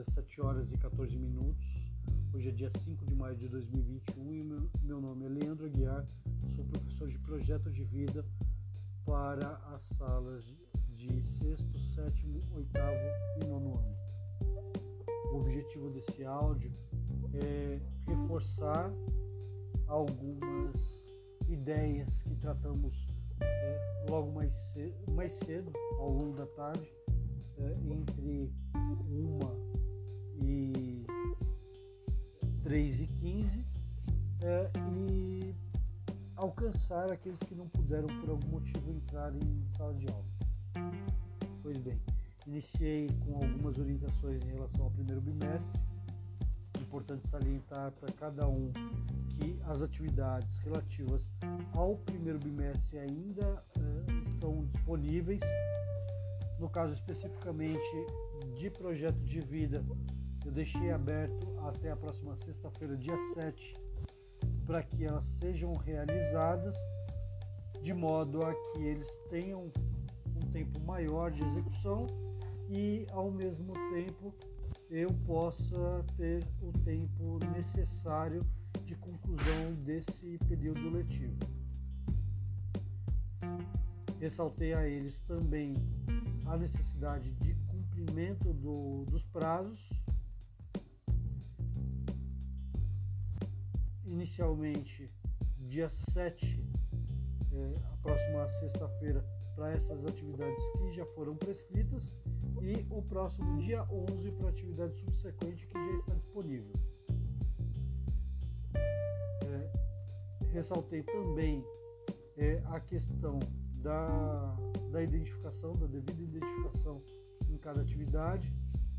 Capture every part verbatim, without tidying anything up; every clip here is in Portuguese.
dezessete horas e quatorze minutos. Hoje é dia cinco de maio de dois mil e vinte e um e meu, meu nome é Leandro Aguiar, sou professor de Projeto de Vida para as salas de sexto, sétimo, oitavo e nono ano. O objetivo desse áudio é reforçar algumas ideias que tratamos é, logo mais cedo, mais cedo, ao longo da tarde, é, entre uma e três e quinze, é, e alcançar aqueles que não puderam por algum motivo entrar em sala de aula. Pois bem, iniciei com algumas orientações em relação ao primeiro bimestre. Importante salientar para cada um que as atividades relativas ao primeiro bimestre ainda eh, estão disponíveis. No caso especificamente de projeto de vida, eu deixei aberto até a próxima sexta-feira, dia sete, para que elas sejam realizadas, de modo a que eles tenham um tempo maior de execução e, ao mesmo tempo, eu possa ter o tempo necessário de conclusão desse período letivo. Ressaltei a eles também a necessidade de cumprimento do, dos prazos. Inicialmente, dia sete, é, a próxima sexta-feira, para essas atividades que já foram prescritas, e o próximo dia onze para a atividade subsequente que já está disponível. É, ressaltei também é, a questão da, da identificação, da devida identificação em cada atividade,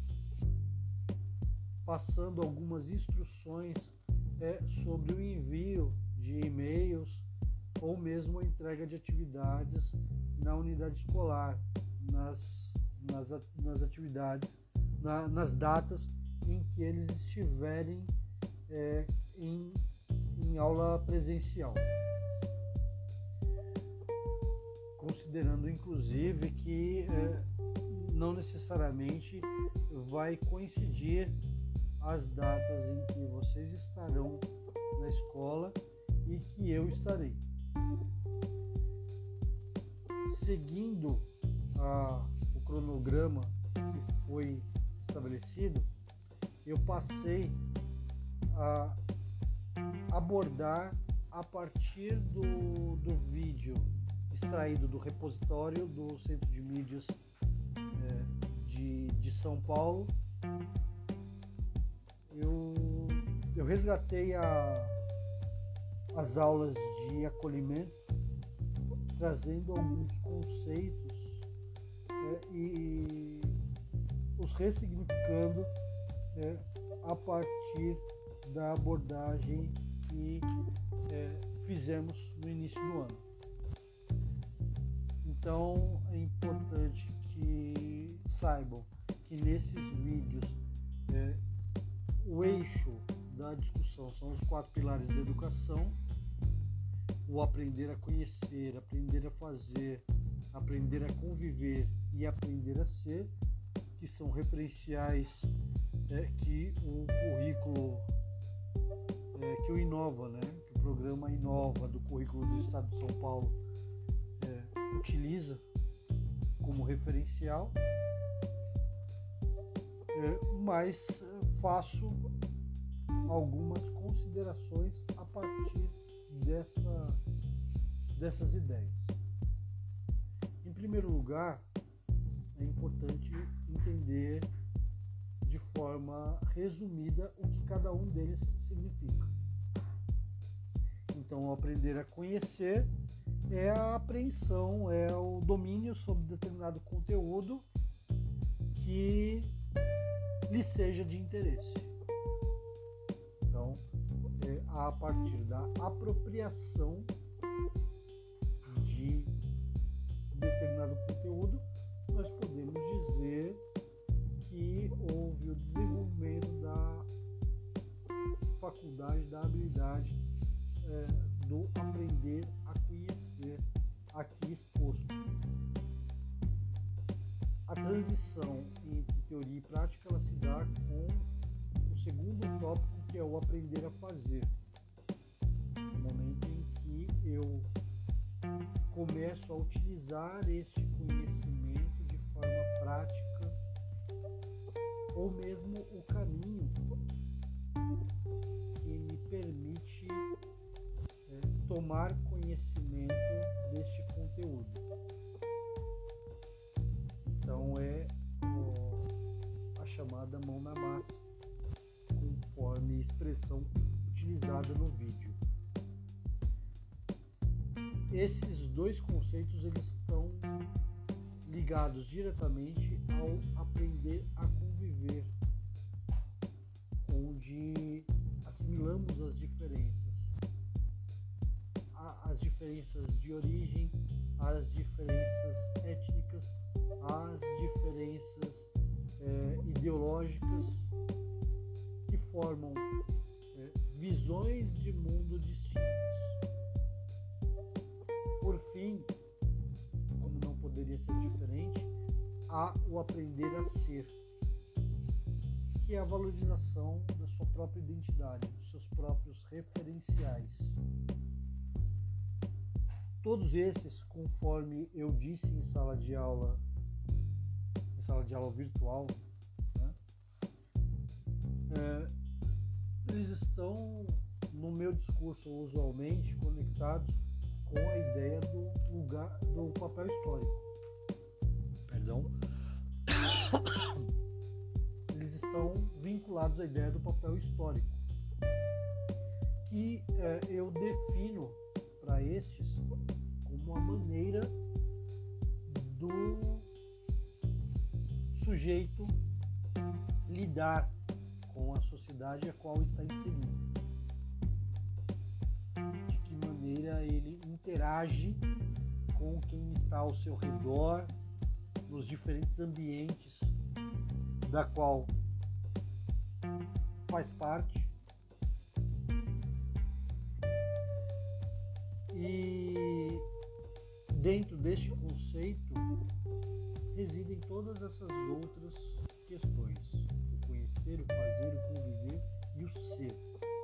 passando algumas instruções é, sobre o envio de e-mails ou mesmo a entrega de atividades na unidade escolar, nas Nas, nas atividades, na, nas datas em que eles estiverem é, em, em aula presencial. Considerando, inclusive, que é, não necessariamente vai coincidir as datas em que vocês estarão na escola e que eu estarei. Seguindo a cronograma que foi estabelecido, eu passei a abordar a partir do, do vídeo extraído do repositório do Centro de Mídias é, de, de São Paulo. Eu, eu resgatei a, as aulas de acolhimento, trazendo alguns conceitos É, e os ressignificando é, a partir da abordagem que é, fizemos no início do ano. Então é importante que saibam que nesses vídeos é, o eixo da discussão são os quatro pilares da educação: o aprender a conhecer, aprender a fazer, aprender a conviver e aprender a ser, que são referenciais é, que o currículo, é, que o Inova, né, que o programa Inova do currículo do Estado de São Paulo é, utiliza como referencial, é, mas faço algumas considerações a partir dessa, dessas ideias. Em primeiro lugar, é importante entender de forma resumida o que cada um deles significa. Então, aprender a conhecer é a apreensão, é o domínio sobre determinado conteúdo que lhe seja de interesse. Então, é a partir da apropriação de determinado conteúdo, nós podemos dizer que houve o desenvolvimento da faculdade, da habilidade é, do aprender a conhecer aqui exposto. A transição entre teoria E prática ela se dá com o segundo tópico, que é o aprender a fazer. No momento em que eu começo a utilizar este conhecimento de forma prática, ou mesmo o caminho que me permite é, tomar conhecimento deste conteúdo. Então é ó, a chamada mão na massa, conforme expressão utilizada no vídeo. Esses dois conceitos eles estão ligados diretamente ao aprender a conviver, onde assimilamos as diferenças, as diferenças de origem, as diferenças étnicas, as diferenças é, ideológicas, que formam é, visões de mundo distintas. Por fim, como não poderia ser diferente, há o aprender a ser, que é a valorização da sua própria identidade, dos seus próprios referenciais. Todos esses, conforme eu disse em sala de aula, em sala de aula virtual, né, é, eles estão no meu discurso usualmente conectados com a ideia do lugar, do papel histórico. Perdão. Eles estão vinculados à ideia do papel histórico, que é, eu defino para estes como a maneira do sujeito lidar com a sociedade a qual está inserido. De que maneira ele interage com quem está ao seu redor, nos diferentes ambientes da qual faz parte. E dentro deste conceito residem todas essas outras questões: o conhecer, o fazer, o conviver e o ser.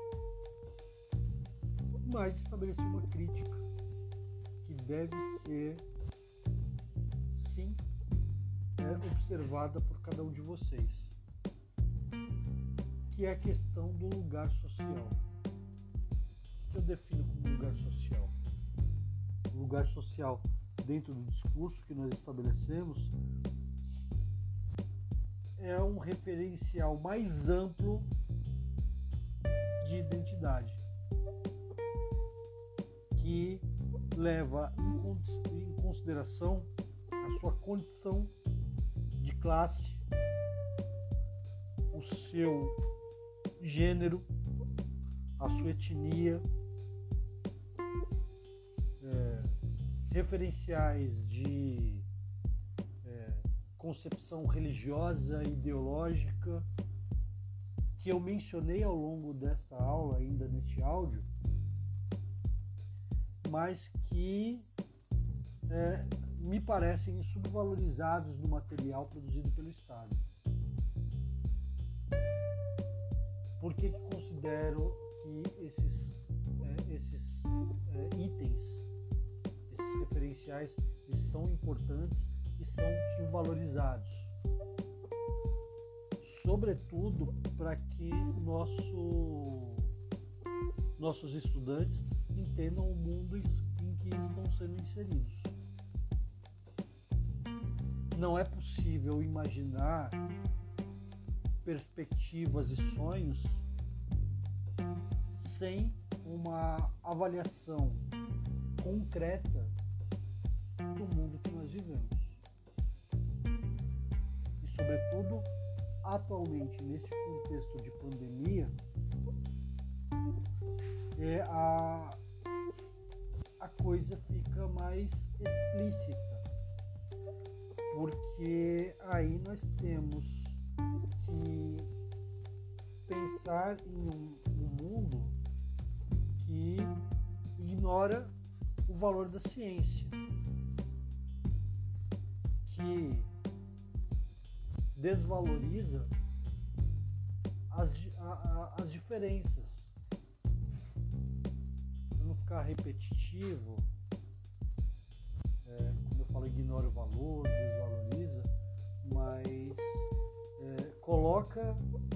Mas estabeleci uma crítica que deve ser, sim, é, observada por cada um de vocês, que é a questão do lugar social. O que eu defino como lugar social? O lugar social dentro do discurso que nós estabelecemos é um referencial mais amplo de identidade, que leva em consideração a sua condição de classe, o seu gênero, a sua etnia, é, referenciais de é, concepção religiosa, ideológica, que eu mencionei ao longo desta aula, ainda neste áudio, mas que é, me parecem subvalorizados no material produzido pelo Estado. Por que que considero que esses, é, esses é, itens, esses referenciais, eles são importantes e são subvalorizados? Sobretudo para que nosso, nossos estudantes entendam o mundo em que estão sendo inseridos. Não é possível imaginar perspectivas e sonhos sem uma avaliação concreta do mundo que nós vivemos. E, sobretudo, atualmente, neste contexto de pandemia, é a, a coisa fica mais explícita, porque aí nós temos que pensar em um, um mundo que ignora o valor da ciência, que desvaloriza as, a, a, as diferenças. Para não ficar repetitivo, é, como eu falo, ignora o valor, desvaloriza, mas é, coloca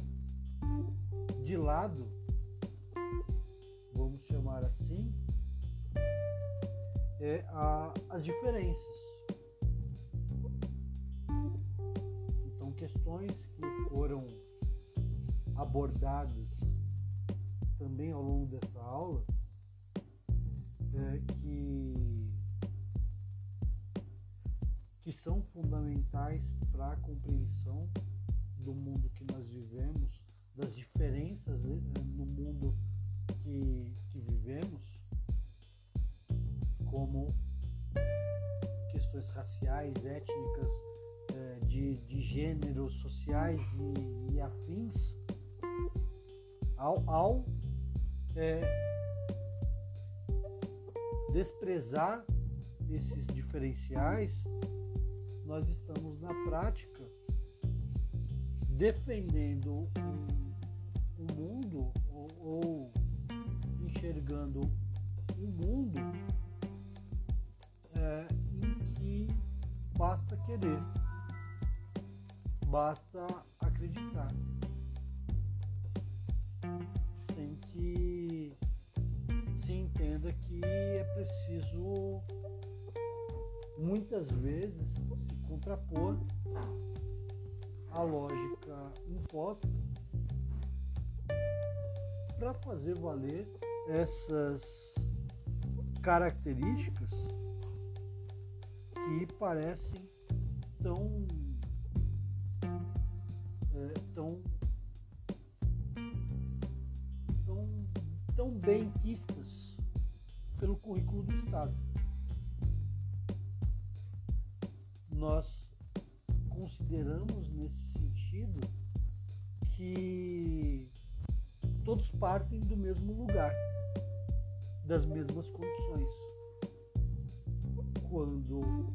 de lado, vamos chamar assim, é, a, as diferenças. Então, questões que foram abordadas também ao longo dessa aula, é, que, que são fundamentais para a compreensão do mundo que nós vivemos, das diferenças no mundo que, que vivemos, como questões raciais, étnicas, de, de gêneros sociais e, e afins, ao, ao é, desprezar esses diferenciais, nós estamos na prática defendendo um, um mundo ou, ou enxergando um mundo é, em que basta querer, basta acreditar, sem que se entenda que é preciso muitas vezes se contrapor à lógica imposta para fazer valer essas características que parecem tão é, tão tão tão bem quistas pelo currículo do Estado. Nós consideramos nesse sentido que todos partem do mesmo lugar, das mesmas condições, quando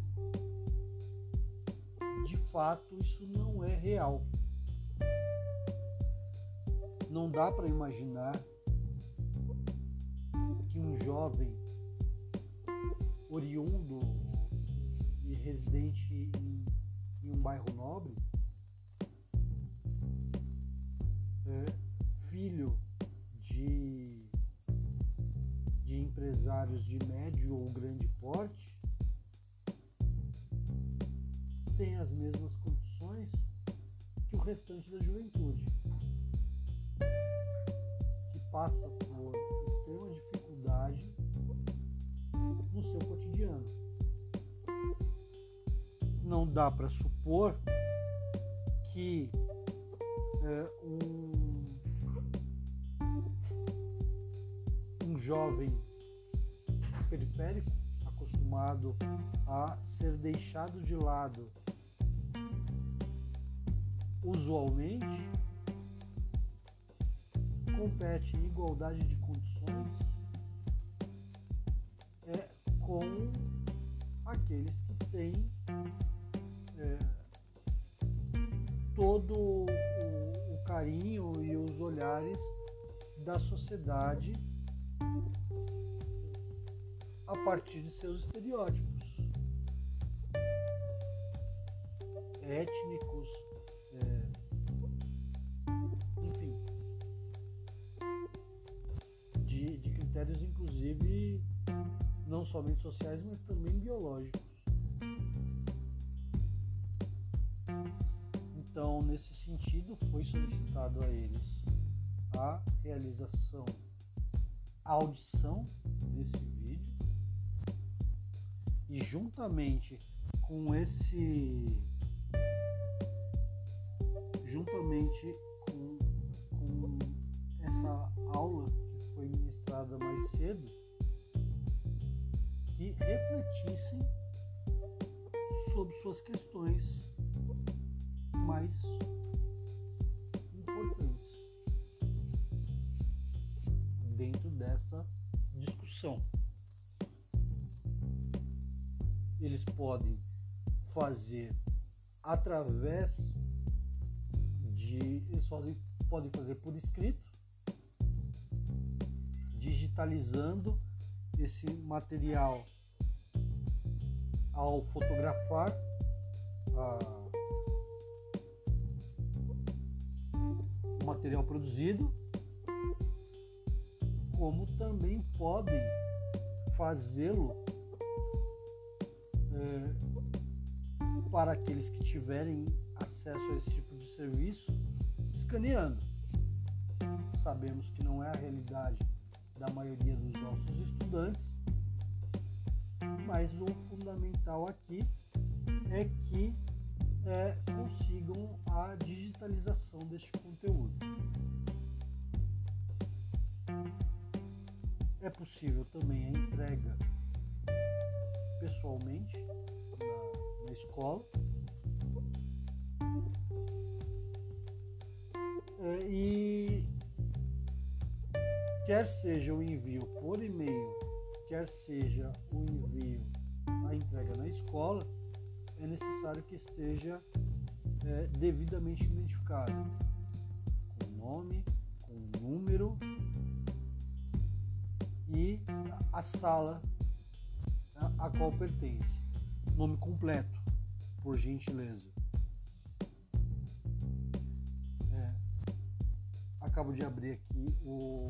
de fato isso não é real. Não dá para imaginar que um jovem oriundo e residente em, em um bairro nobre, é, filho de, de empresários de médio ou grande porte, tem as mesmas condições que o restante da juventude, que passa por extrema dificuldade no seu cotidiano. Não dá para supor que é, um, um jovem periférico, acostumado a ser deixado de lado usualmente, compete em igualdade de condições é, com aqueles que têm é, todo o, o carinho e os olhares da sociedade a partir de seus estereótipos étnicos, é, enfim, de, de critérios inclusive não somente sociais, mas também biológicos. Então, nesse sentido, foi solicitado a eles a realização, a audição desse vídeo, e juntamente com esse juntamente com, com essa aula que foi ministrada mais cedo, que refletissem sobre suas questões mais importantes dentro dessa discussão. Eles podem fazer através de, eles só podem fazer por escrito, digitalizando esse material ao fotografar a, o material produzido, como também podem fazê-lo é, para aqueles que tiverem acesso a esse tipo de serviço, escaneando. Sabemos que não é a realidade da maioria dos nossos estudantes, mas o fundamental aqui é que é, consigam a digitalização deste conteúdo. É possível também a entrega pessoalmente na, na escola. É, e quer seja o envio por e-mail, quer seja o envio, a entrega na escola, é necessário que esteja é, devidamente identificado, com nome, com número e a sala a, a qual pertence. Nome completo, por gentileza. É, acabo de abrir aqui o,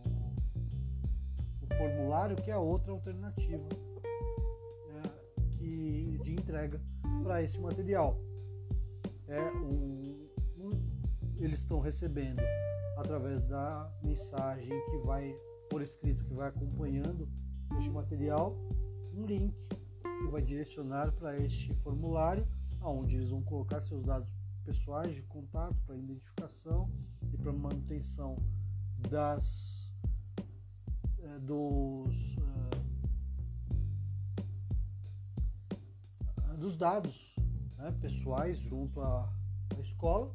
o formulário, que é a outra alternativa é, que, de entrega para esse material. É o, o, eles estão recebendo através da mensagem que vai por escrito, que vai acompanhando este material, um link que vai direcionar para este formulário, onde eles vão colocar seus dados pessoais de contato para identificação e para manutenção das eh, dos eh, dos dados, né, pessoais junto à, à escola,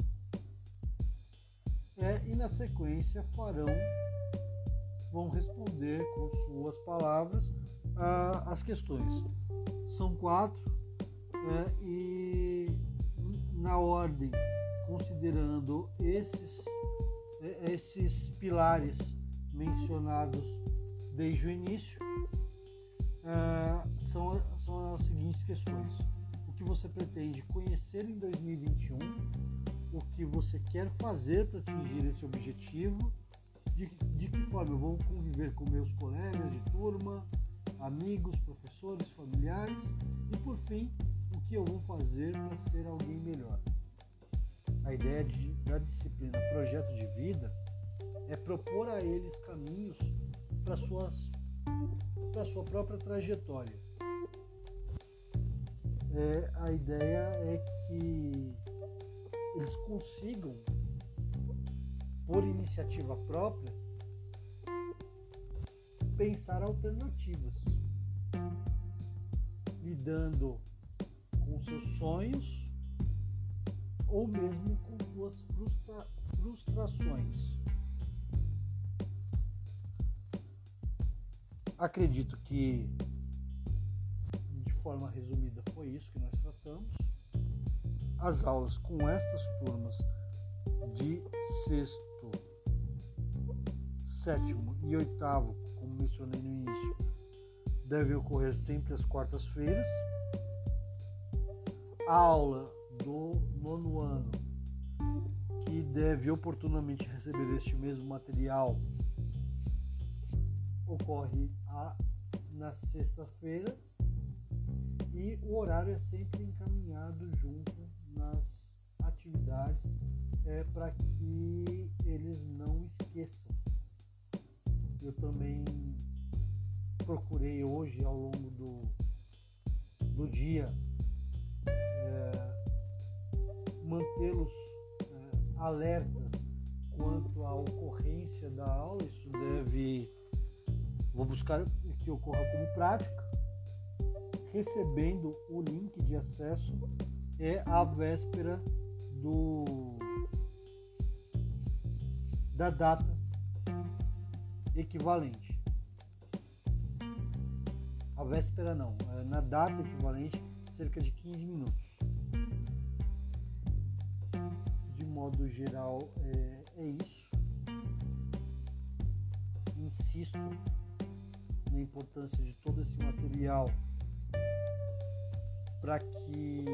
é, e na sequência farão vão responder com suas palavras ah, as questões. São quatro é, e na ordem, considerando esses, esses pilares mencionados desde o início, ah, são, são as seguintes questões. O que você pretende conhecer em dois mil e vinte e um? O que você quer fazer para atingir esse objetivo? De, de que forma eu vou conviver com meus colegas de turma, amigos, professores, familiares, e por fim, o que eu vou fazer para ser alguém melhor. A ideia de, da disciplina Projeto de Vida é propor a eles caminhos para suas para a sua própria trajetória. É, a ideia é que eles consigam, por iniciativa própria, pensar alternativas, lidando com seus sonhos ou mesmo com suas frustra- frustrações. Acredito que, de forma resumida, foi isso que nós tratamos. As aulas com estas turmas de sexto, sétimo e oitavo, como mencionei no início, deve ocorrer sempre às quartas-feiras. A aula do nono ano, que deve oportunamente receber este mesmo material, ocorre a, na sexta-feira, e o horário é sempre encaminhado junto nas atividades é, para que eles não esqueçam. Eu também procurei hoje, ao longo do, do dia, é, mantê-los é, alertas quanto à ocorrência da aula. Isso deve, vou buscar que ocorra como prática, recebendo o link de acesso é a véspera do, da data equivalente. A véspera não, na data equivalente, cerca de quinze minutos. De modo geral, é, é isso. Insisto na importância de todo esse material para que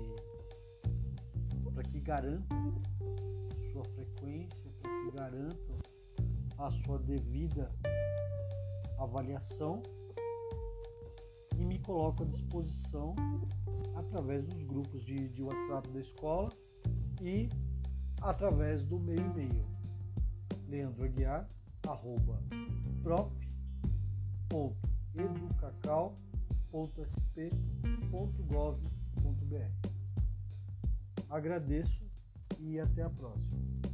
para que garantam sua frequência, para que garantam a sua devida avaliação, e me coloco à disposição através dos grupos de, de WhatsApp da escola e através do meu e-mail leandroaguiar arroba prof ponto educacau ponto s p ponto gov ponto b r. Agradeço e até a próxima.